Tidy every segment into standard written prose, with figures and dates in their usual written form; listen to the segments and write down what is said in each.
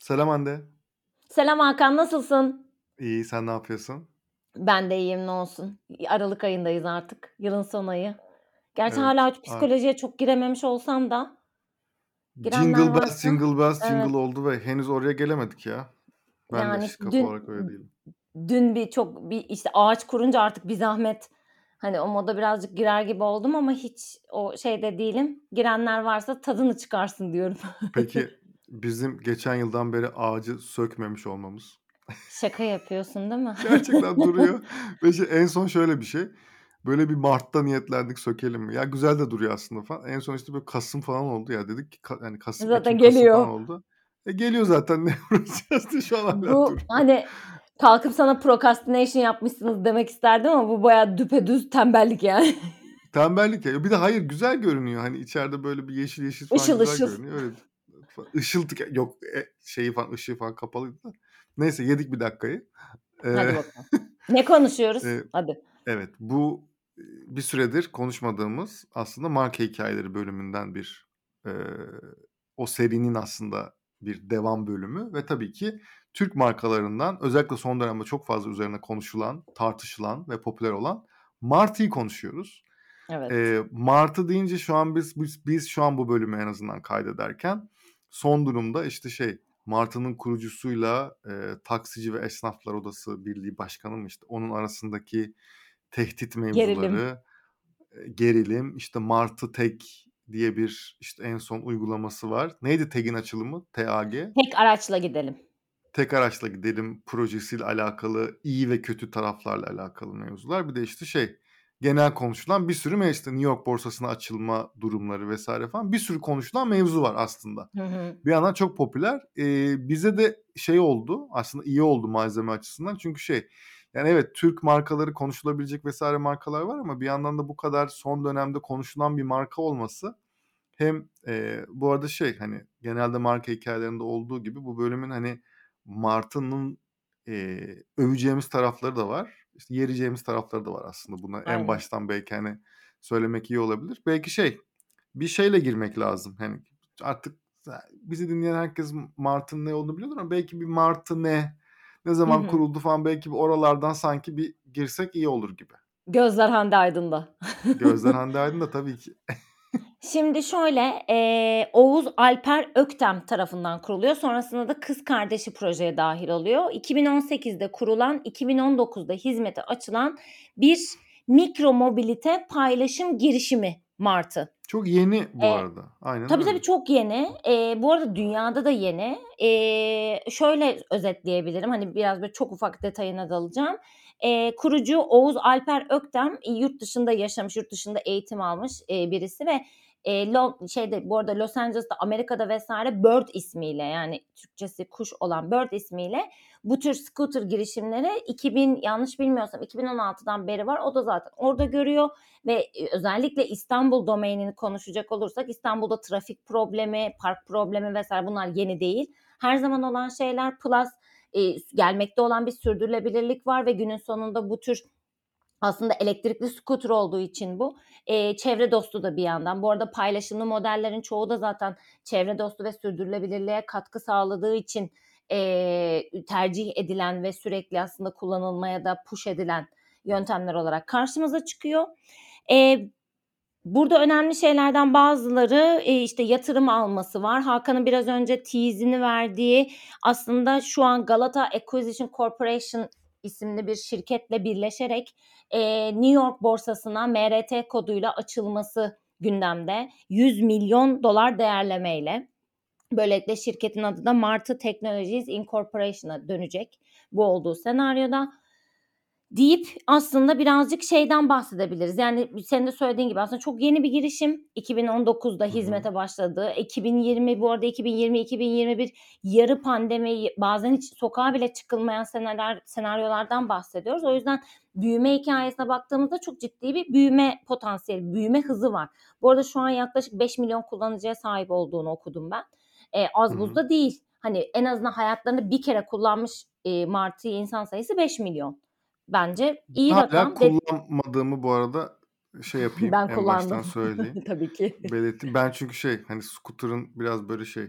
Selam Hande. Selam Hakan, nasılsın? İyi, sen ne yapıyorsun? Ben de iyiyim, ne olsun. Aralık ayındayız artık, yılın son ayı. Gerçi Evet. hâlâ psikolojiye çok girememiş olsam da girenler Jingle bells, varsa jingle bells, evet, jingle oldu ve henüz oraya gelemedik ya. Ben de yani kafa dün olarak öyle değilim. işte, ağaç kurunca artık bir zahmet, hani, o moda birazcık girer gibi oldum ama hiç o şeyde değilim. Girenler varsa tadını çıkarsın diyorum. Peki bizim geçen yıldan beri ağacı sökmemiş olmamız. Şaka yapıyorsun, değil mi? Gerçekten duruyor ve en son şöyle bir şey, böyle bir mart'ta niyetlendik sökelim mi? Ya güzel de duruyor aslında falan. En son işte böyle kasım falan oldu ya dedik ki hani kasım, ekim, Zaten kasım falan geliyor. oldu. Geliyor zaten ne uğraşacağız diye şu an hâlâ Bu, duruyor. hani, kalkıp sana procrastination yapmışsınız demek isterdim ama bu bayağı düpedüz tembellik yani. Tembellik ya. Bir de hayır güzel görünüyor. Hani içeride böyle bir yeşil yeşil falan Işıl güzel ışıl. görünüyor. Öyle ışıltık yok şeyi falan ışığı falan kapalıydı da. Neyse yedik bir dakikayı. Eee, Hadi bakalım. Ne konuşuyoruz? eee, Hadi. evet bu, bir süredir konuşmadığımız aslında marka hikâyeleri bölümünden bir, eee, o serinin aslında bir devam bölümü ve tabii ki Türk markalarından özellikle son dönemde çok fazla üzerine konuşulan, tartışılan ve popüler olan Martı'yı konuşuyoruz. Evet. Martı deyince şu an biz şu an bu bölümü en azından kaydederken son durumda, işte, Martı'nın kurucusuyla, Taksici ve Esnaflar Odası Birliği Başkanı mı, işte, onun arasındaki tehdit Gerilim. mevzuları, gerilim, işte, Martı Tek diye bir, işte, en son uygulaması var. Neydi TEG'in açılımı? TAG. Tek araçla gidelim. Tek araçla gidelim projesiyle alakalı iyi ve kötü taraflarla alakalı mevzular. Bir de, işte, genel konuşulan bir sürü işte New York borsasına açılma durumları vesaire falan bir sürü konuşulan mevzu var aslında. Hı hı. Bir yandan çok popüler. Bize de oldu, aslında iyi oldu malzeme açısından çünkü yani evet, Türk markaları konuşulabilecek vesaire markalar var ama bir yandan da bu kadar son dönemde konuşulan bir marka olması hem, bu arada hani, genelde marka hikâyelerinde olduğu gibi bu bölümün, hani, Martı'nın, öveceğimiz tarafları da var. İşte, yereceğimiz tarafları da var aslında. Buna en Aynen. baştan belki, hani, söylemek iyi olabilir. Belki bir şeyle girmek lazım. Hani, artık bizi dinleyen herkes Martı'nın ne olduğunu biliyordur ama belki bir Martı ne, ne Hı zaman hı. kuruldu falan belki bir oralardan sanki bir girsek iyi olur gibi. Gözler Hande Aydın'da. Gözden Hande Aydın da tabii ki. Şimdi şöyle, Oğuz Alper Öktem tarafından kuruluyor. Sonrasında da kız kardeşi projeye dâhil oluyor. 2018'de kurulan, 2019'da hizmete açılan bir mikro mobilite paylaşım girişimi Martı. Çok yeni bu Eee arada. Aynen Tabii, öyle. tabii, çok yeni. Bu arada dünyada da yeni. Şöyle özetleyebilirim, hani, biraz böyle çok ufak detayına dalacağım. Kurucu Oğuz Alper Öktem, yurt dışında yaşamış, yurt dışında eğitim almış, birisi ve, bu arada Los Angeles'ta, Amerika'da vs. Bird ismiyle, yani Türkçesi kuş olan Bird ismiyle bu tür scooter girişimleri yanlış bilmiyorsam 2016'dan beri var. O da zaten orada görüyor ve, özellikle İstanbul domainini konuşacak olursak İstanbul'da trafik problemi, park problemi vs. bunlar yeni değil. Her zaman olan şeyler plus, gelmekte olan bir sürdürülebilirlik var ve günün sonunda bu tür aslında elektrikli scooter olduğu için bu, çevre dostu da bir yandan. Bu arada paylaşımlı modellerin çoğu da zaten çevre dostu ve sürdürülebilirliğe katkı sağladığı için, tercih edilen ve sürekli aslında kullanılmaya da push edilen yöntemler olarak karşımıza çıkıyor. Eee, Burada önemli şeylerden bazıları, işte, yatırım alması var. Hakan'ın biraz önce tease'ini verdiği aslında şu an Galata Acquisition Corporation isimli bir şirketle birleşerek, New York borsasına MRT koduyla açılması gündemde. $100 milyon değerlemeyle. Böylelikle şirketin adı da Marti Technologies Incorporation'a dönecek bu olduğu senaryoda. Deyip aslında birazcık şeyden bahsedebiliriz. Yani senin de söylediğin gibi aslında çok yeni bir girişim. 2019'da Hı hı. hizmete başladı. 2020 bu arada 2020-2021 yarı pandemi, bazen hiç sokağa bile çıkılmayan senaryolardan bahsediyoruz. O yüzden büyüme hikâyesine baktığımızda çok ciddi bir büyüme potansiyeli, büyüme hızı var. Bu arada şu an yaklaşık 5 milyon kullanıcıya sahip olduğunu okudum ben. Hı Az buz hı. da değil. Hani en azından hayatlarında bir kere kullanmış, Martı'yı insan sayısı 5 milyon. Bence iyi Hâlâ rakam ve kullanmadığımı bu arada yapayım, ben en baştan kullandım söyleyeyim, tabii ki. belirteyim. Ben çünkü hani scooter'ın biraz böyle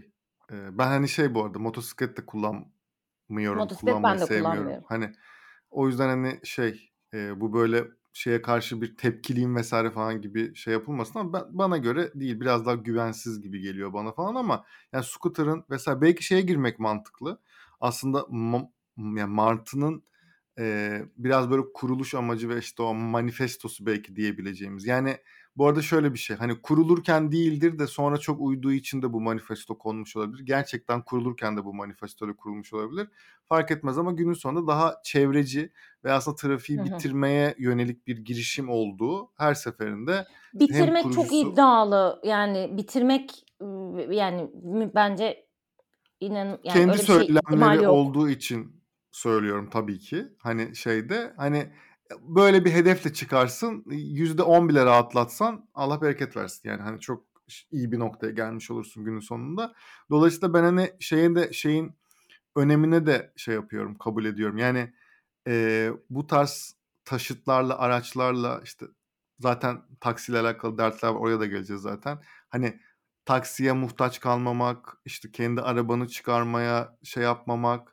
Ben, hani, şey bu arada motosiklet de Motosiklet kullanmayı ben de sevmiyorum. kullanmıyorum. Hani, o yüzden, hani, şey, bu böyle şeye karşı bir tepkiliyim vs. falan gibi şey yapılmasın ama bana göre değil. Biraz daha güvensiz gibi geliyor bana falan ama yani scooter'ın vs. belki şeye girmek mantıklı. Aslında ya martının, biraz böyle kuruluş amacı ve, işte, o manifestosu belki diyebileceğimiz. Yani, bu arada şöyle bir şey, hani, kurulurken değildir de sonra çok uyduğu için de bu manifesto konmuş olabilir. Gerçekten kurulurken de bu manifestoyla kurulmuş olabilir. Fark etmez ama günün sonunda daha çevreci ve aslında Hı trafiği hı. bitirmeye yönelik bir girişim olduğu her seferinde işte hem Bitirmek çok kurucusu. iddialı. Yani bitirmek, yani bence yani Kendi öyle bir şey ihtimal söylemleri yok. olduğu için söylüyorum tabii ki. Hani, şeyde, hani, böyle bir hedefle çıkarsın, %10 bile rahatlatsan Allah bereket versin. Yani, hani, çok iyi bir noktaya gelmiş olursun günün sonunda. Dolayısıyla ben, hani, şeyin önemine de şey yapıyorum, kabul ediyorum. Yani, bu tarz taşıtlarla, araçlarla, işte, zaten taksiyle alakalı dertler var, oraya da geleceğiz zaten. Hani, taksiye muhtaç kalmamak, işte, kendi arabanı çıkarmaya şey yapmamak,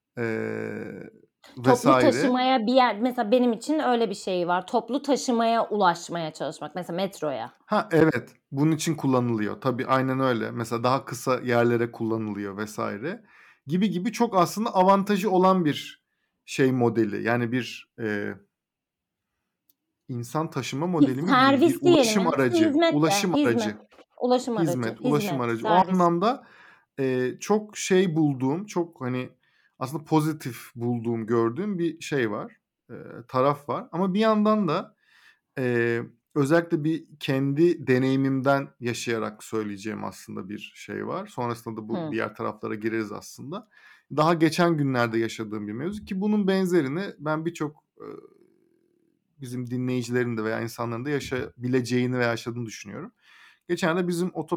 Toplu vs. taşımaya bir yer mesela benim için öyle bir şey var. Toplu taşımaya ulaşmaya çalışmak. Mesela metroya. Ha, evet, bunun için kullanılıyor. Tabii, aynen öyle. Mesela daha kısa yerlere kullanılıyor vs. gibi gibi çok aslında avantajı olan bir şey modeli. Yani bir, İnsan taşıma modeli mi diyeyim, bir Servis diyelim ulaşım ya. aracı, Hizmet ya, ulaşım hizmet. aracı, Ulaşım aracı, ulaşım hizmet, aracı. O servis. anlamda, çok şey bulduğum, çok, hani, aslında pozitif bulduğum, gördüğüm bir şey var, taraf var. Ama bir yandan da, özellikle bir kendi deneyimimden yaşayarak söyleyeceğim aslında bir şey var. Sonrasında da bu Hıı. diğer taraflara gireriz aslında. Daha geçen günlerde yaşadığım bir mevzu ki bunun benzerini ben birçok, bizim dinleyicilerin de veya insanların da yaşayabileceğini veya yaşadığını düşünüyorum. Geçenlerde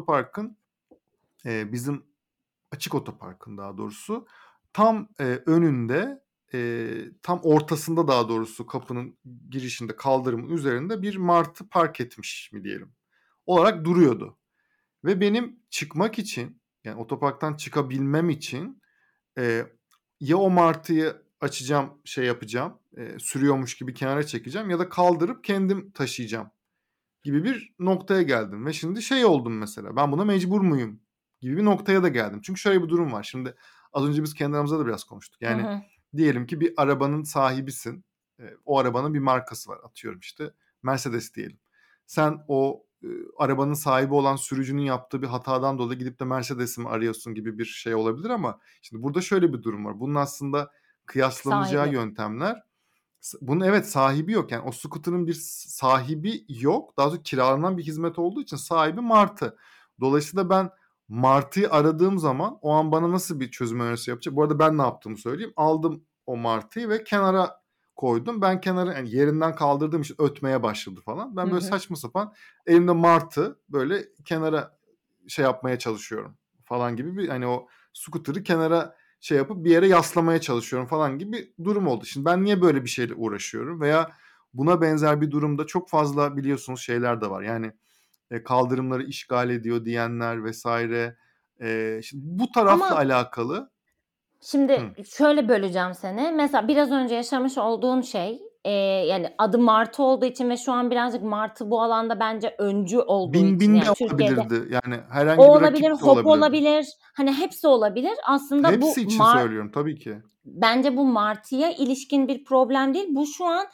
bizim açık otoparkın daha doğrusu tam, önünde, tam ortasında daha doğrusu kapının girişinde kaldırımın üzerinde bir martı park etmiş mi diyelim olarak duruyordu ve benim çıkmak için, yani otoparktan çıkabilmem için, Eee, ya o martıyı açacağım, şey yapacağım, sürüyormuş gibi kenara çekeceğim ya da kaldırıp kendim taşıyacağım gibi bir noktaya geldim ve şimdi şey oldum mesela, ben buna mecbur muyum gibi bir noktaya da geldim. Çünkü şöyle bir durum var. Şimdi az önce biz kendi aramızda da biraz konuştuk. Hı Yani hı. diyelim ki bir arabanın sahibisin. O arabanın bir markası var. Atıyorum işte Mercedes diyelim. Sen o, arabanın sahibi olan sürücünün yaptığı bir hatadan dolayı gidip de Mercedes'i mi arıyorsun gibi bir şey olabilir ama şimdi burada şöyle bir durum var. Bunun aslında kıyaslanacağı Sahibi. yöntemler. Bunun evet sahibi yok. Yani o scooter'ın bir sahibi yok. Daha doğrusu kiralanan bir hizmet olduğu için sahibi martı. Dolayısıyla ben martıyı aradığım zaman o an bana nasıl bir çözüm önerisi yapacak? Bu arada ben ne yaptığımı söyleyeyim. Aldım o martıyı ve kenara koydum. Ben kenara yani yerinden kaldırdığım için ötmeye başladı falan. Hı Ben böyle hı. saçma sapan elimde martı böyle kenara şey yapmaya çalışıyorum falan gibi bir hani o scooter'ı kenara şey yapıp bir yere yaslamaya çalışıyorum falan gibi bir durum oldu. Şimdi ben niye böyle bir şeyle uğraşıyorum veya buna benzer bir durumda çok fazla biliyorsunuz şeyler de var. Yani, kaldırımları işgal ediyor diyenler vs. Şimdi bu tarafla Ama alakalı. şimdi Hı. şöyle böleceğim seni. Mesela biraz önce yaşamış olduğun şey, yani adı martı olduğu için ve şu an birazcık martı bu alanda bence öncü olduğu için, Bin de yani Türkiye'de olabilirdi. Yani o herhangi bir olabilir, rakip de hop olabilirdi. olabilir, hani hepsi olabilir. Aslında Hepsi için söylüyorum tabii ki. bence bu martıya ilişkin bir problem değil. Bu şu an,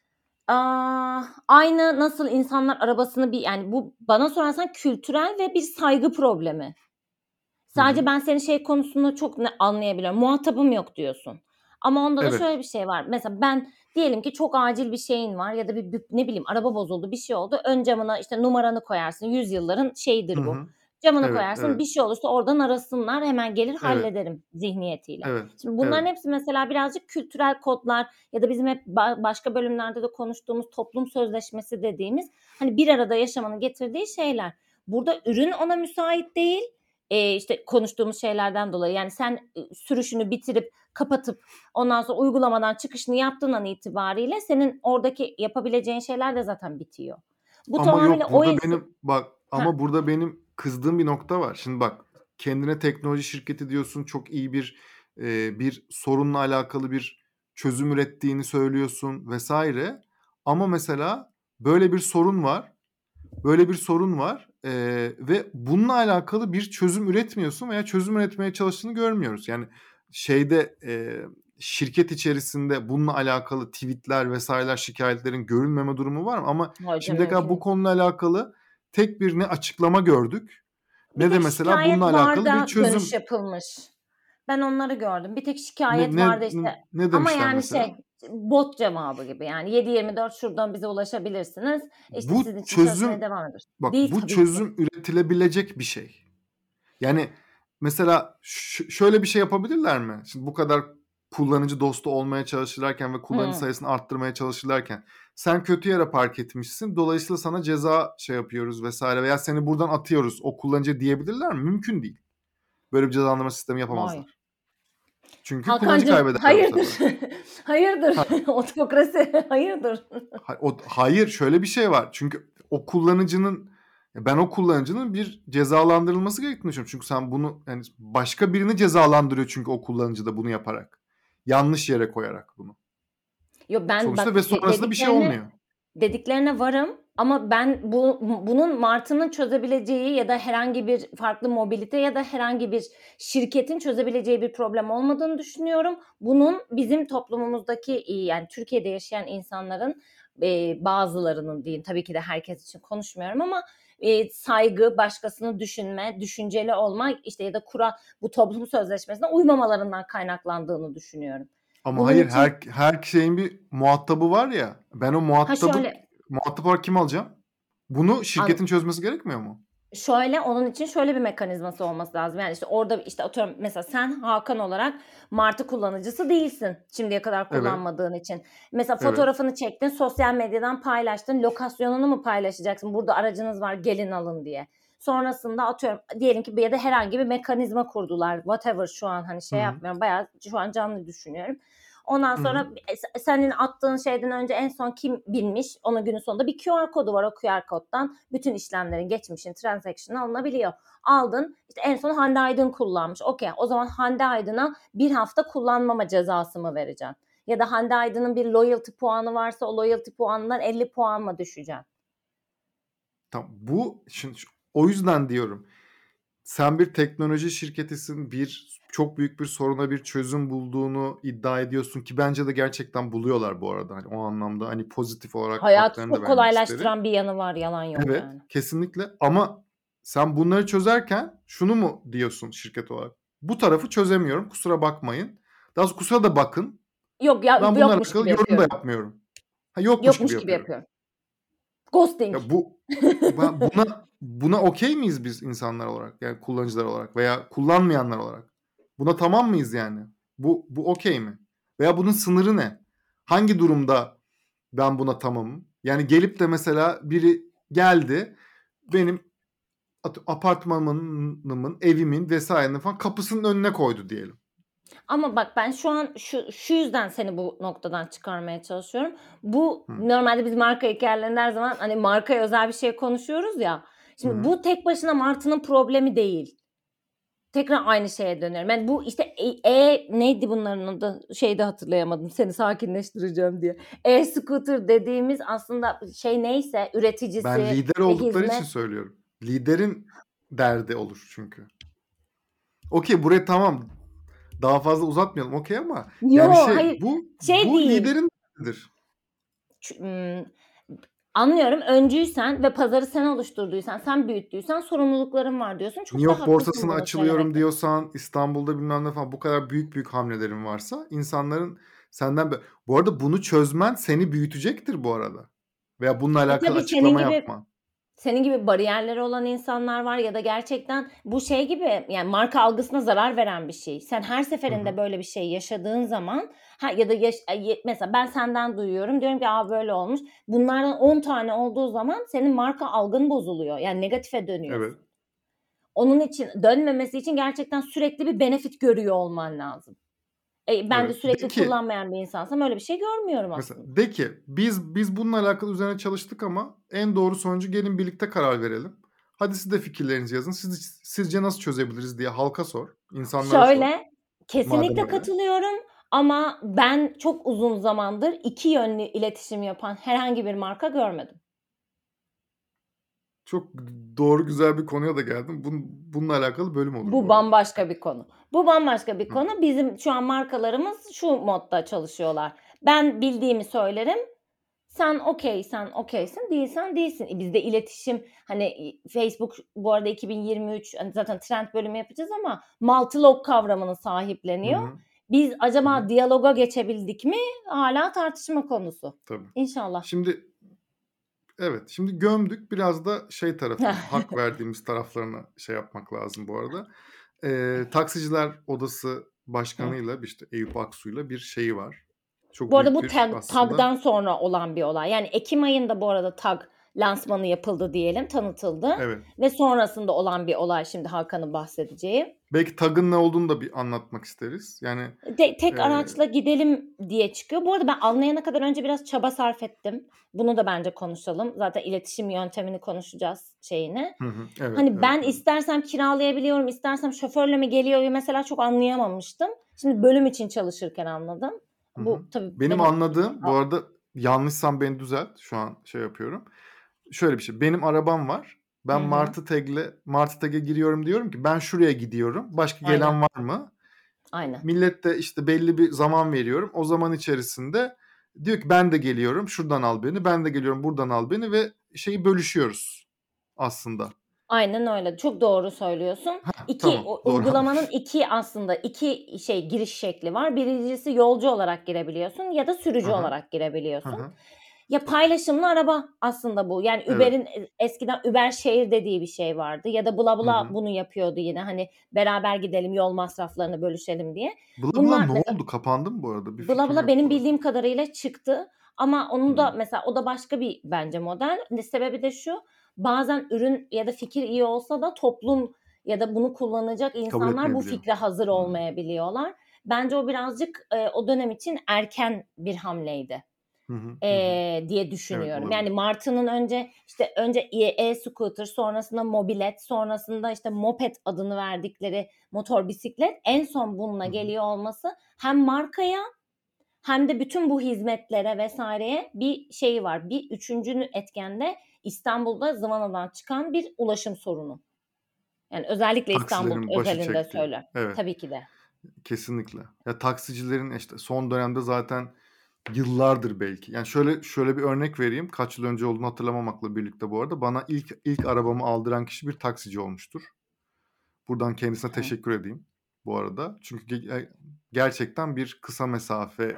aynı nasıl insanlar arabasını yani bu bana sorarsan kültürel ve bir saygı problemi. Hı hı. Sadece ben seni şey konusunda çok anlayabiliyorum. Muhatabım yok diyorsun. Ama onda da Evet. şöyle bir şey var. Mesela ben diyelim ki çok acil bir şeyin var ya da ne bileyim araba bozuldu, bir şey oldu. Ön camına işte numaranı koyarsın. Yüzyılların Hı şeyidir bu. hı. Camını Evet, koyarsın. evet, Bir şey olursa oradan arasınlar. Hemen gelir evet, hallederim zihniyetiyle. evet, Şimdi bunların evet. hepsi mesela birazcık kültürel kodlar ya da bizim hep başka bölümlerde de konuştuğumuz toplum sözleşmesi dediğimiz hani bir arada yaşamanın getirdiği şeyler. Burada ürün ona müsait değil. İşte konuştuğumuz şeylerden dolayı. Yani sen, sürüşünü bitirip, kapatıp ondan sonra uygulamadan çıkışını yaptığın an itibariyle senin oradaki yapabileceğin şeyler de zaten bitiyor. Bu Ama tamamıyla yok o burada esi benim bak Heh, ama burada benim kızdığım bir nokta var. Şimdi bak kendine teknoloji şirketi diyorsun, çok iyi bir sorunla alakalı bir çözüm ürettiğini söylüyorsun vesaire. Ama mesela böyle bir sorun var. Böyle bir sorun var, ve bununla alakalı bir çözüm üretmiyorsun veya çözüm üretmeye çalıştığını görmüyoruz. Yani şeyde, şirket içerisinde bununla alakalı tweet'ler vs.'ler, şikâyetlerin görülmeme durumu var mı? Ama Hayır canım, şimdiye kadar mümkün bu değil. konuyla alakalı tek bir ne açıklama gördük Bir ne de tek mesela bununla şikâyet var alakalı bir da dönüş çözüm. yapılmış. Ben onları gördüm. Bir tek Ne şikâyet ne vardı n işte ne ama demişler yani mesela? bot cevabı gibi yani 7/24 şuradan bize ulaşabilirsiniz. İşte Bu sizin için çalışmaya çözüm devam ediyoruz. bak Değil bu tabii ki. çözüm üretilebilecek bir şey. Yani mesela şöyle bir şey yapabilirler mi? Şimdi bu kadar kullanıcı dostu olmaya çalışırlarken ve kullanıcı Hıı. sayısını arttırmaya çalışırlarken sen kötü yere park etmişsin. Dolayısıyla sana ceza şey yapıyoruz vesaire veya seni buradan atıyoruz o kullanıcıya diyebilirler mi? Mümkün değil. Böyle bir cezalandırma sistemi Hayır. yapamazlar. Çünkü kullanıcı Hakan'cığım kaybederler bu hayırdır? sefer. Hayırdır? Ha, Otokrasi hayırdır? hayır şöyle bir şey var. Çünkü ben o kullanıcının bir cezalandırılması gerektiğini düşünüyorum. Çünkü sen bunu yani başka birini cezalandırıyor çünkü o kullanıcı da bunu yaparak. Yanlış yere koyarak bunu. Yo, ben Sonuçta bak ve sonrasında bir şey olmuyor. dediklerine varım ama ben bunun martının çözebileceği ya da herhangi bir farklı mobilite ya da herhangi bir şirketin çözebileceği bir problem olmadığını düşünüyorum. Bunun bizim toplumumuzdaki, yani Türkiye'de yaşayan insanların, bazılarının diyeyim, tabii ki de herkes için konuşmuyorum ama, saygı, başkasını düşünme, düşünceli olma, işte, ya da bu toplum sözleşmesine uymamalarından kaynaklandığını düşünüyorum. Ama Bunun hayır için her şeyin bir muhatabı var ya. Ben o şöyle muhatap olarak kimi alacağım? Bunu an şirketin çözmesi gerekmiyor mu? Onun için şöyle bir mekanizması olması lazım. Yani, işte, orada, işte, atıyorum mesela sen Hakan olarak martı kullanıcısı değilsin şimdiye kadar Evet, kullanmadığın için. Mesela evet. fotoğrafını çektin, sosyal medyadan paylaştın, lokasyonunu mu paylaşacaksın? Burada aracınız var, gelin alın diye. Sonrasında atıyorum diyelim ki ya da herhangi bir mekanizma kurdular. Whatever şu an, hani, Hı şey hı. yapmıyorum, bayağı şu an canlı düşünüyorum. Ondan Hı hı. sonra senin attığın şeyden önce en son kim binmiş, onun günün sonunda bir QR kodu var. O QR koddan bütün işlemlerin, geçmişin, transaction'ı alınabiliyor. Aldın, işte en son Hande Aydın kullanmış. Okay, o zaman Hande Aydın'a 1 hafta kullanmama cezası mı vereceksin? Ya da Hande Aydın'ın bir loyalty puanı varsa o loyalty puanından 50 puan mı düşeceksin? Bu şimdi o yüzden diyorum. Sen bir teknoloji şirketisin. Çok büyük bir soruna bir çözüm bulduğunu iddia ediyorsun ki bence de gerçekten buluyorlar bu arada. Hani o anlamda hani pozitif olarak Hayatı haklarını da çok vermek isterim. kolaylaştıran bir yanı var, yalan yok Evet, yani. kesinlikle ama sen bunları çözerken şunu mu diyorsun şirket olarak? Bu tarafı çözemiyorum, kusura bakmayın. Daha doğrusu kusura da bakın. Yok ya, Ben bununla yokmuş alakalı gibi yorum da yapıyorum. yapmıyorum. Ha, yokmuş gibi Yokmuş gibi yapıyorum. yapıyorum. Ghosting. Ya buna okey miyiz biz insanlar olarak? Yani kullanıcılar olarak veya kullanmayanlar olarak? Buna tamam mıyız yani? Bu okey mi? Veya bunun sınırı ne? Hangi durumda ben buna tamamım? Yani gelip de mesela biri geldi, benim apartmanımın, evimin vs.'nin falan kapısının önüne koydu diyelim. Ama bak ben şu an şu yüzden seni bu noktadan çıkarmaya çalışıyorum. Bu Hı. normalde biz marka hikâyelerinde her zaman, hani, markaya özel bir şey konuşuyoruz ya. Hı Şimdi hı. bu tek başına martının problemi değil. Tekrar aynı şeye dönüyorum. Yani bu, işte, neydi bunların adı? Şeyi de hatırlayamadım seni sakinleştireceğim diye. E-scooter dediğimiz aslında şey neyse Ben üreticisi lider ve oldukları için hizmet. söylüyorum. Liderin derdi olur çünkü. Okay, buraya tamam. Daha fazla uzatmayalım okay ama Yo, yani hayır, şey bu değil. liderin derdidir. Ç ımm, Anlıyorum, öncüysen ve pazarı sen oluşturduysan, sen büyüttüysen sorumlulukların var diyorsun. New Çok da York haklısın borsasına bunu açılıyorum söylemekte. diyorsan, İstanbul'da bilmem ne falan bu kadar büyük hamlelerin varsa insanların senden bu arada bunu çözmen seni büyütecektir bu arada veya bununla alakalı Tabii senin açıklama gibi yapman. bariyerleri olan insanlar var ya da gerçekten bu şey gibi, yani marka algısına zarar veren bir şey. Sen her Hı seferinde hı. böyle bir şey yaşadığın zaman ya da mesela ben senden duyuyorum, diyorum ki, "A, böyle olmuş." Bunlardan 10 tane olduğu zaman senin marka algın bozuluyor. Yani negatife Evet. dönüyorsun. Onun için dönmemesi için gerçekten sürekli bir benefit görüyor olman lazım. Ben de Evet. De sürekli ki kullanmayan bir insansam öyle bir şey görmüyorum mesela aslında. de ki biz bununla alakalı üzerine çalıştık ama en doğru sonucu gelin birlikte karar verelim. Hadi siz de fikirlerinizi yazın. Sizce nasıl çözebiliriz diye halka sor. İnsanlara sor. Şöyle, Madem kesinlikle öyle. katılıyorum ama ben çok uzun zamandır 2 yönlü iletişim yapan herhangi bir marka görmedim. Çok doğru, güzel bir konuya da geldin. Bununla alakalı bölüm olur Bu bu arada. bambaşka bir konu. Bu bambaşka bir Hı. konu. Bizim şu an markalarımız şu modda çalışıyorlar. Ben bildiğimi söylerim. Sen okay'sen okay'sin, değilsen değilsin. Bizde iletişim, hani, Facebook bu arada 2023, hani, zaten trend bölümü yapacağız ama multilog kavramını Hı sahipleniyor. hı. Biz Hı hı. acaba diyaloga geçebildik mi? Hâlâ tartışma konusu. Tabii. İnşallah. Şimdi evet, şimdi gömdük. Biraz da şey tarafına, hak verdiğimiz taraflarına şey yapmak lazım bu arada. Taksiciler Odası Hı. Başkanı'yla, işte, Eyüp Aksu'yla bir şeyi var. Çok Bu arada büyük bu bir aslında. TAG'dan sonra olan bir olay. Yani ekim ayında bu arada TAG lansmanı yapıldı diyelim, tanıtıldı Evet. ve sonrasında olan bir olay şimdi Hakan'ın bahsedeceği. Belki TAG'ın ne olduğunu da bir anlatmak isteriz. Yani, Tek eee araçla gidelim diye çıkıyor. Bu arada ben anlayana kadar önce biraz çaba sarf ettim. Bunu da bence konuşalım. Zaten iletişim yöntemini konuşacağız şeyini. Hı hı. Evet, Hani evet, ben evet. istersem kiralayabiliyorum, istersem şoförle mi geliyor mesela çok anlayamamıştım. Şimdi bölüm için çalışırken anladım. Hı hı. Bu tabii Benim benim anladığım, bu arada yanlışsam beni düzelt. Şu an şey yapıyorum. Şöyle bir şey, benim arabam var. Hı Ben hı. Martı Tag'e giriyorum, diyorum ki ben şuraya gidiyorum. Başka Aynen, gelen var mı? aynen. Millet de işte belli bir zaman veriyorum. O zaman içerisinde diyor ki ben de geliyorum. Şuradan al beni. Ben de geliyorum. Buradan al beni ve şeyi bölüşüyoruz aslında. Aynen öyle. Çok doğru söylüyorsun. Tamam, doğru Uygulamanın anlamışım. 2 aslında 2 giriş şekli var. Birincisi yolcu olarak girebiliyorsun ya da Hı sürücü hı. olarak Hı girebiliyorsun. hı. Ya paylaşımlı araba aslında bu. Yani Evet. Uber'in eskiden Uber Share dediği bir şey vardı ya da Bla Hı Bla hı. bunu yapıyordu yine, hani, beraber gidelim, yol masraflarını bölüşelim diye. Bla Bla Bunlar ne mesela oldu? Kapandı mı bu arada? Bir Bla fikrim Bla yok benim bu arada. bildiğim kadarıyla çıktı ama onun da Hımm. mesela o da başka bir bence model. Sebebi de şu, bazen ürün ya da fikir iyi olsa da toplum ya da bunu kullanacak Kabul insanlar bu etmeyebiliyor. fikre hazır Hımm. olmayabiliyorlar. Bence o birazcık, o dönem için erken bir hamleydi, Hı hı. Hı hı. diye Evet, düşünüyorum. Yani olabilir. Martı'nın önce e-scooter, sonrasında mobilet, sonrasında, işte, moped adını verdikleri motor bisiklet, en son bununla Hı hı. geliyor olması hem markaya hem de bütün bu hizmetlere vs.ye bir şeyi var. Bir üçüncü etken de İstanbul'da Zıvana'dan çıkan bir ulaşım sorunu. Yani özellikle İstanbul Taksilerin başı özelinde çektiği. söylüyorum. Evet, Tabii ki de. kesinlikle. Ya, taksicilerin, işte, son dönemde zaten yıllardır belki. Yani, şöyle bir örnek vereyim. Kaç yıl önce olduğunu hatırlamamakla birlikte bu arada bana ilk arabamı aldıran kişi bir taksici olmuştur. Buradan kendisine Hı. teşekkür edeyim bu arada. Çünkü gerçekten bir kısa mesafede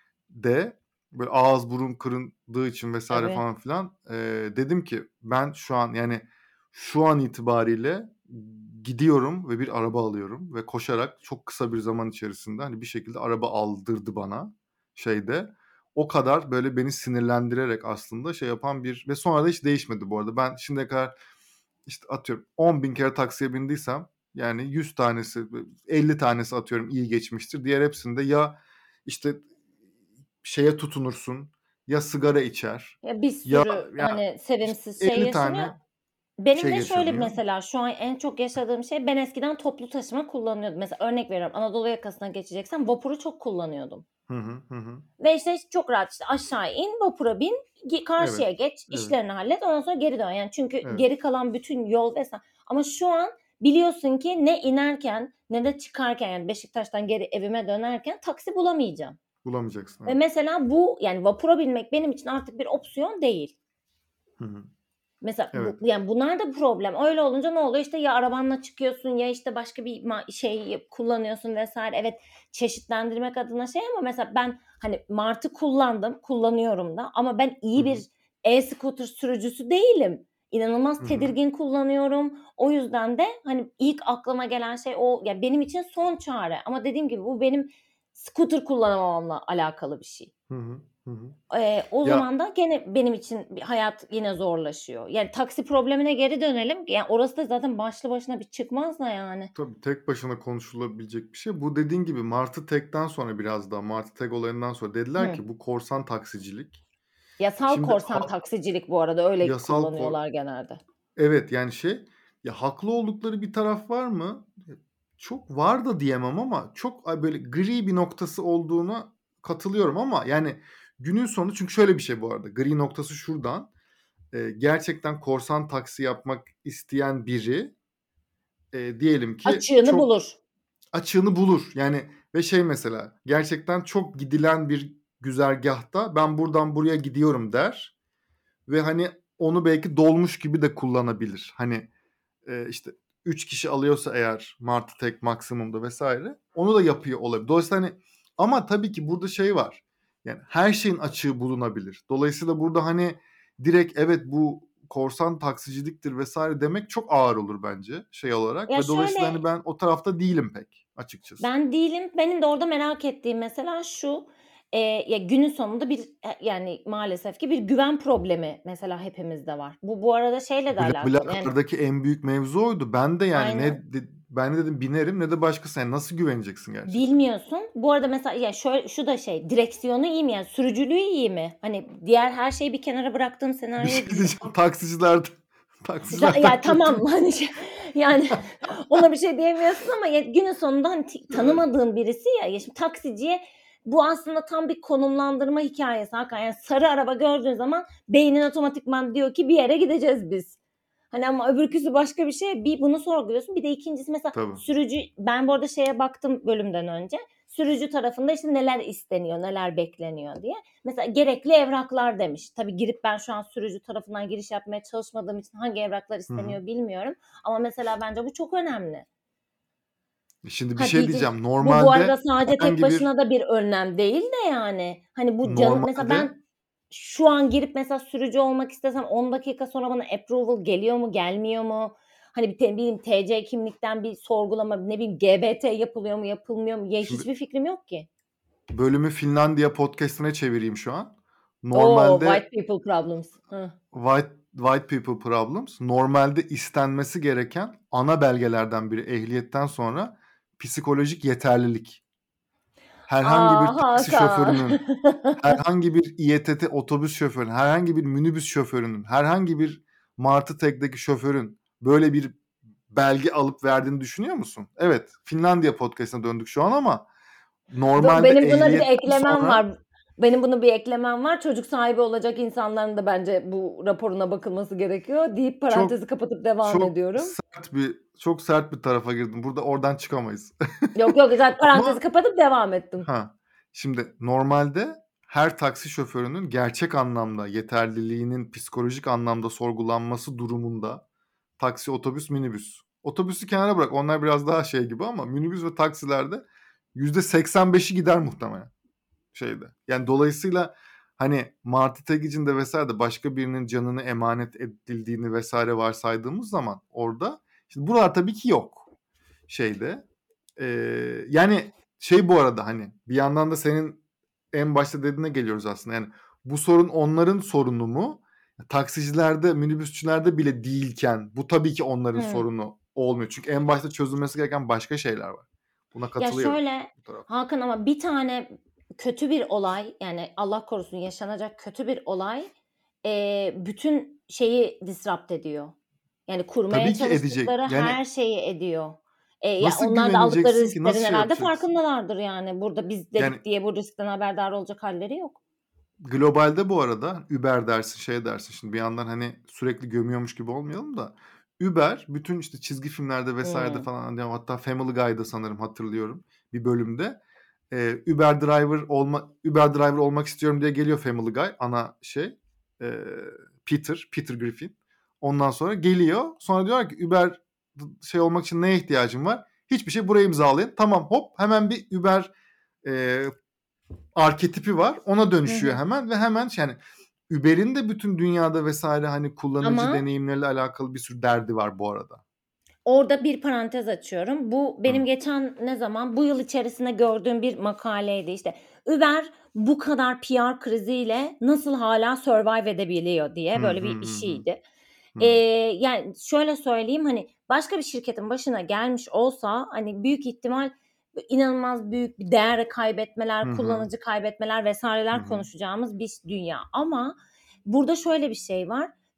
böyle ağız burun kırıldığı için vesaire Tabii. falan filan, dedim ki ben şu an, yani, şu an itibariyle gidiyorum ve bir araba alıyorum ve koşarak çok kısa bir zaman içerisinde, hani, bir şekilde araba aldırdı bana şeyde. O kadar böyle beni sinirlendirerek aslında şey yapan bir ve sonra da hiç değişmedi bu arada. Ben şimdiye kadar, işte, atıyorum 10.000 kere taksiye bindiysem, yani 100 tanesi, 50 tanesi atıyorum iyi geçmiştir. Diğer hepsinde ya, işte, şeye tutunursun, ya sigara içer, Ya, bir ya sürü, ya, hani, işte, sevimsiz şey 50 yaşanıyor. tane Benim şey de şöyle yaşanıyor. mesela şu an en çok yaşadığım şey ben eskiden toplu taşıma kullanıyordum. Mesela örnek veriyorum, Anadolu yakasına geçeceksem vapuru çok kullanıyordum. Hı hı. Hı hı. Ve, işte, çok rahat, işte, aşağı in, vapura bin, Evet, karşıya geç, evet, işlerini hallet, ondan sonra geri dön. Yani çünkü evet. geri kalan bütün yol ama şu an biliyorsun ki ne inerken ne de çıkarken, yani Beşiktaş'tan geri evime dönerken taksi bulamayacağım. Bulamayacaksın, Ve evet. mesela bu, yani vapura binmek benim için artık bir opsiyon değil. Hı hı. Mesela Evet. yani bunlar da problem. Öyle olunca ne oluyor? İşte ya arabanla çıkıyorsun ya işte başka bir şey kullanıyorsun vs. Evet, çeşitlendirmek adına şey ama mesela ben, hani, Martı kullandım, kullanıyorum da ama ben Hı iyi bir hı. e-scooter sürücüsü değilim. İnanılmaz Hı hı. tedirgin kullanıyorum. O yüzden de, hani, ilk aklıma gelen şey o. Ya, benim için son çare ama dediğim gibi bu benim scooter kullanamamamla alakalı bir şey. Hı hı. Hı hı. O Ya, zaman da gene benim için hayat yine zorlaşıyor. Yani taksi problemine geri dönelim. Yani orası da zaten başlı başına bir çıkmaz da yani. tabii tek başına konuşulabilecek bir şey. Bu dediğin gibi Martı Tek'ten sonra biraz daha Martı Tek olayından sonra dediler Hı. ki bu korsan taksicilik. Yasal Şimdi korsan taksicilik bu arada öyle yasal kullanıyorlar genelde. Evet, yani ya haklı oldukları bir taraf var mı? Çok var da diyemem ama çok böyle gri bir noktası olduğuna katılıyorum ama yani günün sonu çünkü şöyle bir şey bu arada. Gri noktası şuradan. Gerçekten korsan taksi yapmak isteyen biri diyelim ki Açığını çok bulur. açığını bulur. Yani ve mesela gerçekten çok gidilen bir güzergahta ben buradan buraya gidiyorum der ve hani onu belki dolmuş gibi de kullanabilir. Hani işte 3 kişi alıyorsa eğer Martı tek maksimumda vesaire onu da yapıyor olabilir. Dolayısıyla hani ama tabii ki burada var. Yani her şeyin açığı bulunabilir. Dolayısıyla burada hani direkt evet bu korsan taksiciliktir vesaire demek çok ağır olur bence olarak Ya ve dolayısıyla şöyle, hani ben o tarafta değilim pek açıkçası. ben değilim. Benim de orada merak ettiğim mesela şu, ya, günün sonunda bir, yani, maalesef ki bir güven problemi mesela hepimizde var. Bu arada şeyle de alakalı, yani. BlaBlaCar'daki en büyük mevzu oydu. Ben de yani Aynen. ben de dedim binerim ne de başkası. Yani nasıl güveneceksin gerçekten? Bilmiyorsun. Bu arada mesela ya şu da direksiyonu iyi mi, yani sürücülüğü iyi mi? Hani diğer her şeyi bir kenara bıraktığım Bir şey senaryoyu düşün. diyeceğim taksicilerden Ya kötü. tamam, hani, yani ona bir şey diyemiyorsun ama ya günün sonunda, hani, tanımadığın birisi ya. Ya, şimdi taksiciye bu aslında tam bir konumlandırma hikâyesi hakikaten. Yani sarı araba gördüğün zaman beynin otomatikman diyor ki bir yere gideceğiz biz. Hani, ama öbürküsü başka bir şey. Bir bunu sorguluyorsun. Bir de ikincisi mesela Tabii. sürücü, ben bu arada baktım bölümden önce. Sürücü tarafında, işte, neler isteniyor, neler bekleniyor diye. Mesela gerekli evraklar demiş. Tabii girip ben şu an sürücü tarafından giriş yapmaya çalışmadığım için hangi evraklar Hı hı. isteniyor bilmiyorum. Ama mesela bence bu çok önemli. Şimdi bir Ha şey diyeceğiz, diyeceğim. bu arada Normalde sadece tek herhangi bir başına da bir önlem değil de yani. Hani bu canı mesela normalde ben şu an girip mesela sürücü olmak istesem 10 dakika sonra bana approval geliyor mu, gelmiyor mu? Hani bir bileyim TC kimlikten bir sorgulama, ne bileyim GBT yapılıyor mu, yapılmıyor mu? Ya şimdi hiçbir fikrim yok ki. bölümü Finlandiya podcast'ine çevireyim şu an. O! White Normalde people problems. Hıh. white people problems normalde istenmesi gereken ana belgelerden biri ehliyetten sonra psikolojik yeterlilik. Herhangi bir taksi Hakan. şoförünün, herhangi bir İETT otobüs şoförünün, herhangi bir minibüs şoförünün, herhangi bir Martı Tek'teki şoförün böyle bir belge alıp verdiğini düşünüyor musun? Evet, Finlandiya podcast'ına döndük şu an ama normalde Benim buna bir ehliyetten eklemem sonra var. Benim buna bir eklemem var. Çocuk sahibi olacak insanların da bence bu raporuna bakılması gerekiyor deyip çok parantezi kapatıp devam çok ediyorum. çok sert bir tarafa girdim. Oradan çıkamayız. Yok, yok, zaten parantezi Ama kapatıp devam ettim. ha şimdi normalde her taksi şoförünün gerçek anlamda yeterliliğinin psikolojik anlamda sorgulanması durumunda taksi, otobüs, minibüs. Otobüsü kenara bırak. Onlar biraz daha gibi ama minibüs ve taksilerde %85'i gider muhtemelen Yani dolayısıyla hani Martı Tegic'in de vesaire de başka birinin canını emanet edildiğini vesaire varsaydığımız zaman orada şimdi buralar tabii ki yok şeyde. Yani bu arada hani bir yandan da senin en başta dediğine geliyoruz aslında. Yani bu sorun onların sorunu mu? Taksicilerde, minibüsçülerde bile değilken bu tabii ki onların Hıı. sorunu olmuyor. Çünkü en başta çözülmesi gereken başka şeyler var. Buna Ya, katılıyorum şöyle bu tarafta. Hakan, ama bir tane kötü bir olay, yani Allah korusun yaşanacak kötü bir olay, bütün şeyi disrupt ediyor. Yani kurmaya Tabii ki edecek. çalıştıkları Yani her şeyi ediyor. Ya, nasıl onlar da aldıkları güveneceksin ki? risklerin Nasıl herhâlde yapacaksın? farkındalardır yani. Burada biz Yani dedik diye bu riskten haberdar olacak hâlleri yok. globalde bu arada Uber dersin, dersin. Şimdi bir yandan hani sürekli gömüyormuş gibi olmayalım da Uber bütün işte çizgi filmlerde vesairede Hımm. falan hani hatta Family Guy'da sanırım hatırlıyorum bir bölümde. Uber driver olmak istiyorum diye geliyor Family Guy ana eee, Peter Griffin. Ondan sonra geliyor. Sonra diyorlar ki Uber olmak için neye ihtiyacın var? Hiçbir şey buraya imzalayın. Tamam hop hemen bir Uber eee arketipi var. Ona Hı dönüşüyor hı. hemen ve hemen yani Uber'in de bütün dünyada vesaire hani kullanıcı Ama deneyimleriyle alakalı bir sürü derdi var bu arada. orada bir parantez açıyorum. Bu Hı. benim geçen bu yıl içerisinde gördüğüm bir makaleydi. İşte Uber bu kadar PR kriziyle nasıl hâlâ survive edebiliyor Hı diye böyle hı bir hı hı. şeydi. Hı. Yani şöyle söyleyeyim, hani başka bir şirketin başına gelmiş olsa, hani büyük ihtimal inanılmaz büyük bir değer kaybetmeler, Hı hı. kullanıcı kaybetmeler Hı vesaireler hı. konuşacağımız bir dünya. Ama burada şöyle bir şey var.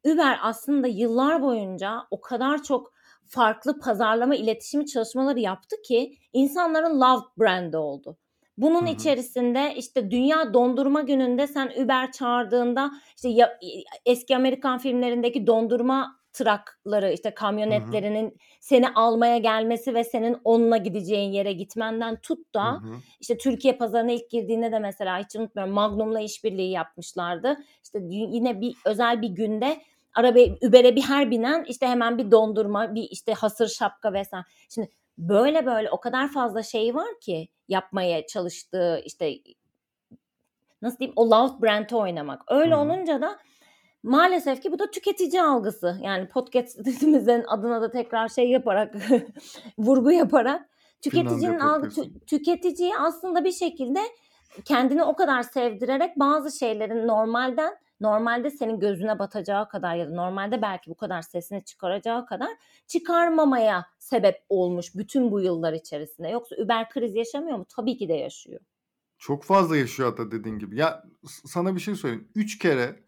Uber aslında yıllar boyunca o kadar çok farklı pazarlama iletişimi çalışmaları yaptı ki insanların love brand'i oldu. Hı Bunun hı. içerisinde işte Dünya Dondurma Günü'nde sen Uber çağırdığında işte eski Amerikan filmlerindeki dondurma trakları, işte Hı hı. kamyonetlerinin seni almaya gelmesi ve senin onunla gideceğin yere gitmenden tut Hı da hı. işte Türkiye pazarına ilk girdiğinde de mesela hiç unutmuyorum Magnum'la işbirliği yapmışlardı. İşte yine bir özel bir günde Uber'e bir her binen işte hemen bir dondurma, bir işte hasır şapka vesaire. Şimdi böyle o kadar fazla şey var ki yapmaya çalıştığı işte nasıl diyeyim o love brand'i oynamak. Hı Öyle hı. olunca da maalesef ki bu da tüketici algısı. Yani podcast'imizin adına da tekrar şey yaparak vurgu yaparak Finlandiya tüketicinin podcast'ı. tüketiciyi aslında bir şekilde kendini o kadar sevdirerek bazı şeylerin normalde senin gözüne batacağı kadar ya da normalde belki bu kadar sesini çıkaracağı kadar çıkarmamaya sebep olmuş bütün bu yıllar içerisinde. Yoksa Uber kriz yaşamıyor mu? Tabii ki de yaşıyor. Çok fazla yaşıyor hatta dediğin gibi. Ya sana bir şey söyleyeyim. 3 kere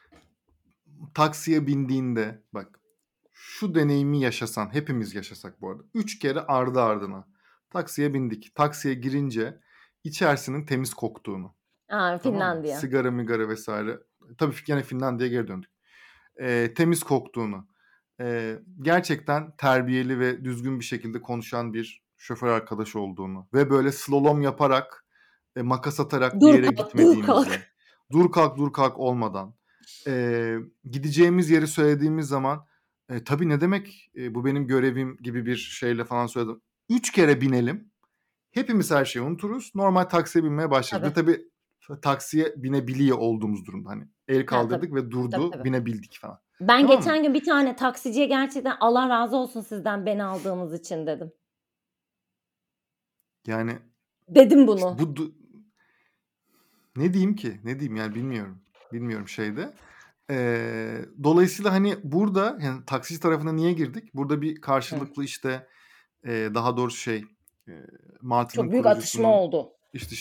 taksiye bindiğinde bak şu deneyimi yaşasan hepimiz yaşasak bu arada. 3 kere ardı ardına taksiye bindik. Taksiye girince içerisinin temiz koktuğunu. Tamam mı? Finlandiya. Sigara migara vesaire. Tabii gene Finlandiya'ya geri döndük. Temiz koktuğunu. Gerçekten terbiyeli ve düzgün bir şekilde konuşan bir şoför arkadaş olduğunu ve böyle slalom yaparak makas atarak bir Dur yere kalk, dur gitmediğimizi, kalk. dur kalk olmadan gideceğimiz yeri söylediğimiz zaman tabii ne demek bu benim görevim gibi bir şeyle falan söyledim. 3 kere binelim. Hepimiz her şeyi unuturuz. Normal taksiye binmeye başlarız. Ve Tabii. tabii taksiye binebiliyor olduğumuz durumda. Hani el Ha, tabii. kaldırdık ve Tabii, durdu, tabii. binebildik falan. Ben Tamam mı? geçen gün bir tane taksiciye gerçekten Allah razı olsun sizden beni aldığınız için dedim. Yani Dedim işte bunu. bu ne diyeyim ki? Ne diyeyim yani bilmiyorum. Bilmiyorum şeyde. Dolayısıyla hani burada yani taksici tarafına niye girdik? Burada bir Hı. karşılıklı işte daha doğrusu Martı'nın Çok büyük atışma kurucusunun oldu. işte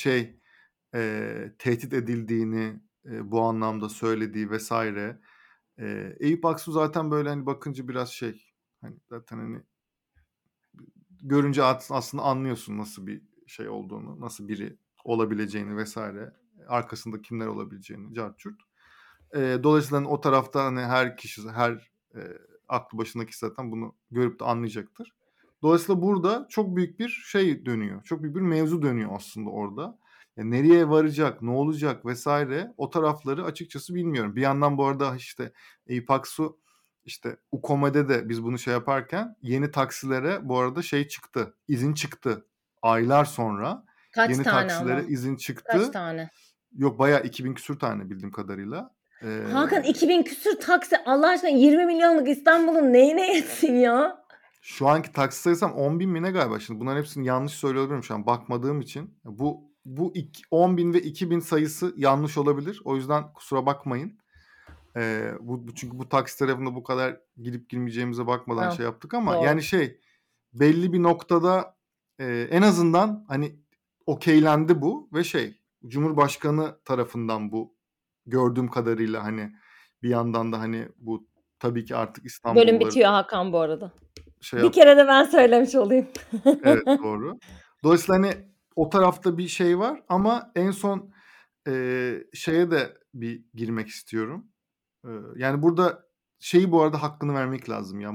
tehdit edildiğini bu anlamda söylediği vesaire. Eyüp Aksu zaten böyle hani bakınca biraz hani zaten hani görünce aslında anlıyorsun nasıl bir şey olduğunu, nasıl biri olabileceğini vesaire. Arkasında kimler olabileceğini cart curt. Dolayısıyla hani o tarafta hani her kişi, her aklı başındaki zaten bunu görüp de anlayacaktır. Dolayısıyla burada çok büyük bir şey dönüyor. Çok büyük bir mevzu dönüyor aslında orada. Yani nereye varacak, ne olacak vesaire o tarafları açıkçası bilmiyorum. Bir yandan bu arada işte Eyüp Aksu işte UKOME'de de biz bunu şey yaparken yeni taksilere bu arada çıktı. İzin çıktı. Aylar sonra Kaç yeni tane taksilere ama? izin Kaç çıktı. tane? Yok bayağı 2000 küsür tane bildiğim kadarıyla. Hakan 2000 küsür taksi Allah aşkına 20 milyonluk İstanbul'un neyine yetsin ya? Şu anki taksi sayısı 10 bin mi ne galiba? Şimdi bunların hepsini yanlış söylüyor olabilirim şu an bakmadığım için. Bu 10 bin ve 2000 sayısı yanlış olabilir. O yüzden kusura bakmayın. Çünkü bu taksi tarafında bu kadar girip girmeyeceğimize bakmadan Ha, şey yaptık ama doğru. yani belli bir noktada en azından hani okeylendi bu ve Cumhurbaşkanı tarafından bu gördüğüm kadarıyla hani bir yandan da hani bu tabii ki artık Bölüm İstanbulluların bitiyor Hakan bu arada. Bir yap kere de ben söylemiş olayım. evet doğru. Dolayısıyla hani o tarafta bir şey var ama en son şeye de bir girmek istiyorum. Yani burada bu arada hakkını vermek lazım ya.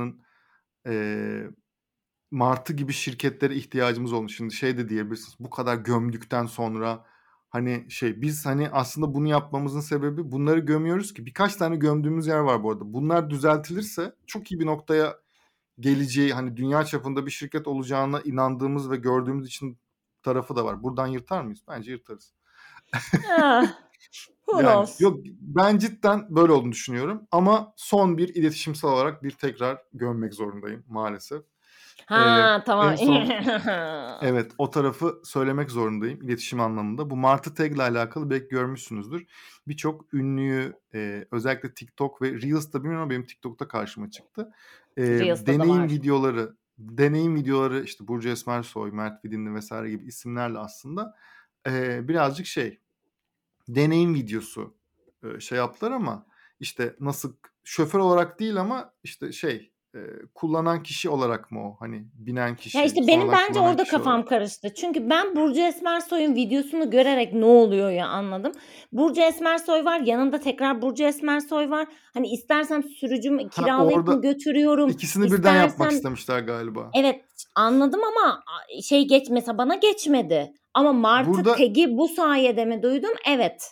Eee, Martı gibi şirketlere ihtiyacımız olmuş. Şimdi de diyebilirsiniz. Bu kadar gömdükten sonra hani biz hani aslında bunu yapmamızın sebebi bunları gömüyoruz ki birkaç tane gömdüğümüz yer var bu arada. Bunlar düzeltilirse çok iyi bir noktaya geleceği hani dünya çapında bir şirket olacağına inandığımız ve gördüğümüz için tarafı da var. Buradan yırtar mıyız? Bence yırtarız. Ah, who Yani knows? yok ben cidden böyle olduğunu düşünüyorum ama son bir iletişimsel olarak bir tekrar gömmek zorundayım maalesef. Ha, tamam. En son evet o tarafı söylemek zorundayım iletişim anlamında. Bu Martı Tag'le alakalı belki görmüşsünüzdür. Birçok ünlüyü özellikle TikTok ve Reels'ta bilmiyorum ama benim TikTok'ta karşıma çıktı. Reels'ta da var. Deneyim videoları işte Burcu Esmersoy, Mert Vidinli vesaire gibi isimlerle aslında birazcık deneyim videosu yaptılar ama İşte nasıl şoför olarak değil ama işte kullanan kişi olarak mı o? Hani binen Ya, kişi, işte, benim sonradan bence kullanan orada kişi olarak. kafam karıştı. Çünkü ben Burcu Esmersoy'un videosunu görerek ne oluyor ya anladım. Burcu Esmersoy var, yanında tekrar Burcu Esmersoy var. Hani, istersem sürücümü Ha, kiralayıp mı orada götürüyorum, ikisini birden yapmak istersem. istemişler galiba. Evet, anladım ama mesela bana geçmedi. Ama martı Burada tag'i bu sayede mi duydum? Evet.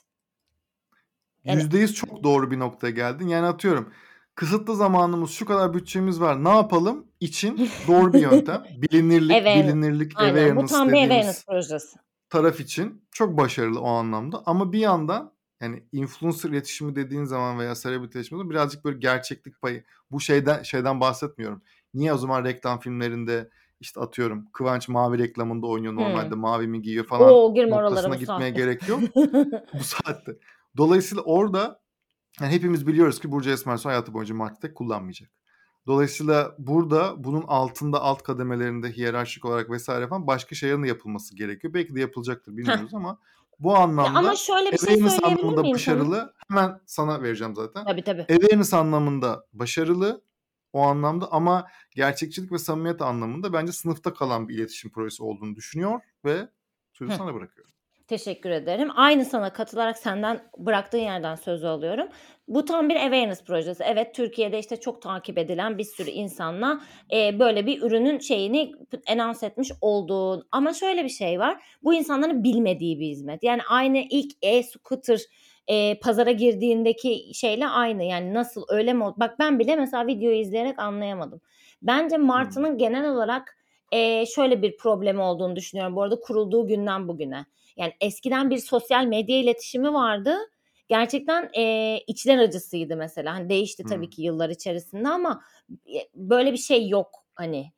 Yani. %100 çok doğru bir noktaya geldin. Yani atıyorum, kısıtlı zamanımız, şu kadar bütçemiz var, ne yapalım için doğru bir yöntem. Awareness. Bilinirlik, Aynen, bu awareness tam bir awareness dediğimiz projesi. taraf için çok başarılı o anlamda. Ama bir yandan yani influencer iletişimi dediğin zaman veya celebrity iletişiminde birazcık böyle gerçeklik payı. Bu şeyden bahsetmiyorum. Niye o zaman reklam filmlerinde işte atıyorum Kıvanç mavi reklamında oynuyor, normalde Hımm. mavi mi giyiyor falan O! Girme oralara noktasına bu gitmeye saatte. gerek yok bu saatte. Dolayısıyla orada yani hepimiz biliyoruz ki Burcu Esmersoy hayatı boyunca Martı kullanmayacak. Dolayısıyla burada bunun altında, alt kademelerinde hiyerarşik olarak vesaire falan başka şeylerin de yapılması gerekiyor. Belki de yapılacaktır, Heh. bilmiyoruz ama bu Ya, ama anlamda şöyle bir şey awareness söyleyebilir anlamında miyim sana? başarılı. Hemen sana vereceğim zaten. Tabii, tabii. Awareness anlamında başarılı o anlamda ama gerçekçilik ve samimiyet anlamında bence sınıfta kalan bir iletişim projesi olduğunu düşünüyor ve sözü Hıh. sana bırakıyorum. Teşekkür ederim. Aynı sana katılarak senden bıraktığın yerden sözü alıyorum. Bu tam bir awareness projesi. Evet, Türkiye'de, işte, çok takip edilen bir sürü insanla, böyle bir ürünün şeyini anons etmiş olduğun ama şöyle bir şey var, bu insanların bilmediği bir hizmet. Yani aynı ilk e-scooter, pazara girdiğindeki şeyle aynı. Yani nasıl, öyle mi oldu? Bak ben bile mesela videoyu izleyerek anlayamadım. Bence Hımm. Martı'nın genel olarak, şöyle bir problemi olduğunu düşünüyorum bu arada kurulduğu günden bugüne. Yani eskiden bir sosyal medya iletişimi vardı. Gerçekten, içler acısıydı mesela. Hani, değişti tabii Hımm. ki yıllar içerisinde ama, böyle bir şey yok, hani.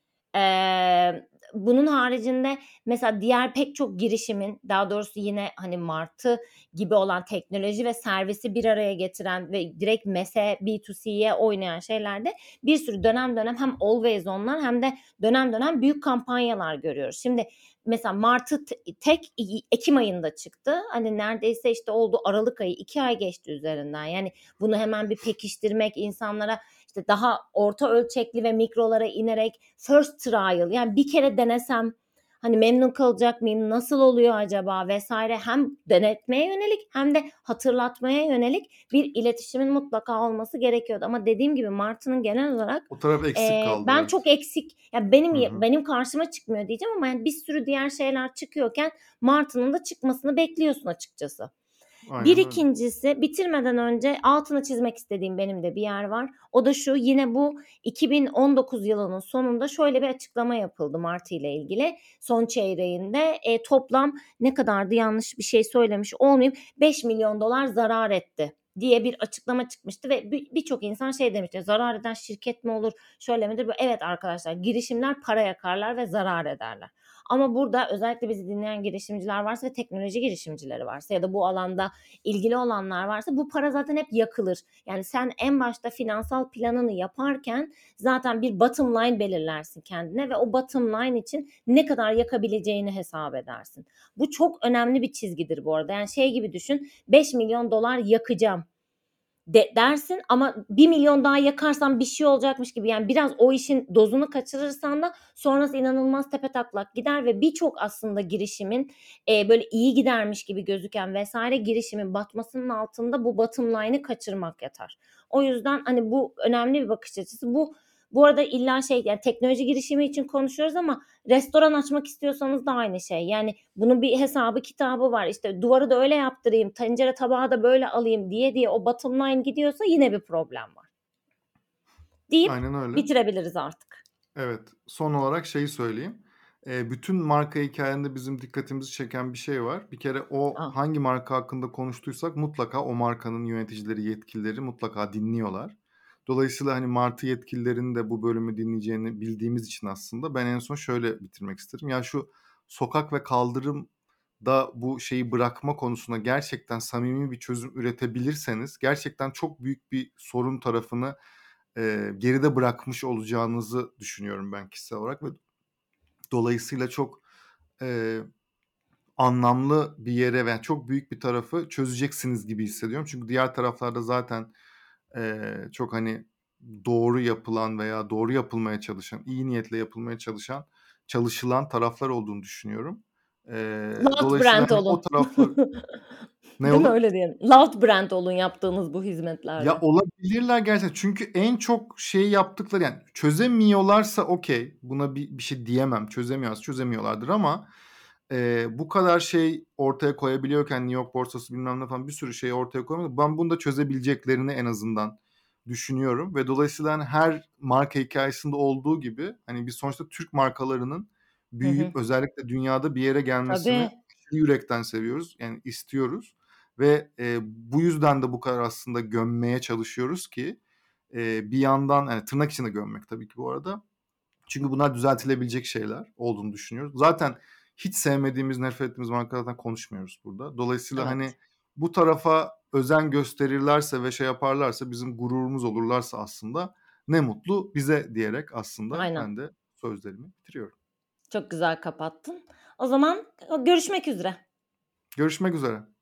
Bunun haricinde mesela diğer pek çok girişimin, daha doğrusu yine, hani, Martı gibi olan teknoloji ve servisi bir araya getiren ve direkt B2C'ye oynayan şeylerde bir sürü dönem dönem hem always on'lar hem de dönem dönem büyük kampanyalar görüyoruz. Şimdi mesela Martı tek ekim ayında çıktı. Hani neredeyse işte oldu Aralık ayı 2 ay geçti üzerinden. Yani bunu hemen bir pekiştirmek, insanlara işte daha orta ölçekli ve mikrolara inerek first trial yani bir kere denesem hani memnun kalacak mıyım, nasıl oluyor acaba vesaire hem denetmeye yönelik hem de hatırlatmaya yönelik bir iletişimin mutlaka olması gerekiyordu. Ama dediğim gibi Martı'nın genel olarak O taraf eksik kaldı, ben çok evet. eksik ya benim Hı hı. benim karşıma çıkmıyor diyeceğim ama yani bir sürü diğer şeyler çıkıyorken Martı'nın da çıkmasını bekliyorsun açıkçası. Bir Aynen öyle. ikincisi bitirmeden önce altını çizmek istediğim benim de bir yer var. O da şu yine bu 2019 yılının sonunda şöyle bir açıklama yapıldı Martı ile ilgili. Son çeyreğinde toplam ne kadardı yanlış bir şey söylemiş olmayayım 5 milyon dolar zarar etti diye bir açıklama çıkmıştı ve birçok insan şey demişti zarar eden şirket mi olur şöyle midir? Evet arkadaşlar girişimler para yakarlar ve zarar ederler. Ama burada özellikle bizi dinleyen girişimciler varsa ve teknoloji girişimcileri varsa ya da bu alanda ilgili olanlar varsa bu para zaten hep yakılır. Yani sen en başta finansal planını yaparken zaten bir bottom line belirlersin kendine ve o bottom line için ne kadar yakabileceğini hesap edersin. Bu çok önemli bir çizgidir bu arada. Yani şey gibi düşün 5 milyon dolar yakacağım dersin ama 1 milyon daha yakarsan bir şey olacakmış gibi yani biraz o işin dozunu kaçırırsan da sonrası inanılmaz tepetaklak gider ve birçok aslında girişimin böyle iyi gidermiş gibi gözüken vesaire girişimin batmasının altında bu bottom line'ı kaçırmak yatar. O yüzden hani bu önemli bir bakış açısı. Bu arada illa şey yani teknoloji girişimi için konuşuyoruz ama restoran açmak istiyorsanız da aynı şey. Yani bunun bir hesabı kitabı var. İşte duvarı da öyle yaptırayım, tencere tabağı da böyle alayım diye o bottom line gidiyorsa yine bir problem var. Deyip Aynen öyle. bitirebiliriz artık. Evet. Son olarak şeyi söyleyeyim. Bütün marka hikâyende bizim dikkatimizi çeken bir şey var. Bir kere o Ah, hangi marka hakkında konuştuysak mutlaka o markanın yöneticileri, yetkilileri mutlaka dinliyorlar. Dolayısıyla, hani, martı yetkililerinin de bu bölümü dinleyeceğini bildiğimiz için aslında ben en son şöyle bitirmek isterim. Ya, şu sokak ve kaldırımda bu şeyi bırakma konusunda gerçekten samimi bir çözüm üretebilirseniz gerçekten çok büyük bir sorun tarafını geride bırakmış olacağınızı düşünüyorum ben kişisel olarak ve dolayısıyla çok, eee, anlamlı bir yere ve çok büyük bir tarafı çözeceksiniz gibi hissediyorum. Çünkü diğer taraflarda zaten, Çok, hani, doğru yapılan veya doğru yapılmaya çalışan, iyi niyetle yapılmaya çalışılan taraflar olduğunu düşünüyorum. Loud Dolayısıyla, brand hani, o olun. taraflar ne Değil mi? olun? Öyle diyelim. Loud brand olun yaptığınız bu Ya, hizmetlerde. olabilirler gerçekten. Çünkü en çok şeyi yaptıkları, yani, çözemiyorlarsa okay, buna bir şey diyemem. Çözemiyorlardır ama, bu kadar şey ortaya koyabiliyorken New York borsası bilmem ne falan bir sürü şeyi ortaya koyuyor. Ben bunu da çözebileceklerini en azından düşünüyorum ve dolayısıyla, hani, her marka hikâyesinde olduğu gibi, hani, biz sonuçta Türk markalarının Hı hı. büyüyüp özellikle dünyada bir yere gelmesini Tabii, aşırı yürekten seviyoruz, yani, istiyoruz. Ve, bu yüzden de bu kadar aslında gömmeye çalışıyoruz ki, bir yandan, hani, tırnak içinde gömmek tabii ki bu arada. Çünkü bunlar düzeltilebilecek şeyler olduğunu düşünüyoruz. Zaten hiç sevmediğimiz, nefret ettiğimiz markalardan konuşmuyoruz burada. Dolayısıyla, hani, evet. bu tarafa özen gösterirlerse ve şey yaparlarsa, bizim gururumuz olurlarsa aslında ne mutlu bize diyerek aslında Aynen. ben de sözlerimi bitiriyorum. Çok güzel kapattın. O zaman görüşmek üzere. Görüşmek üzere.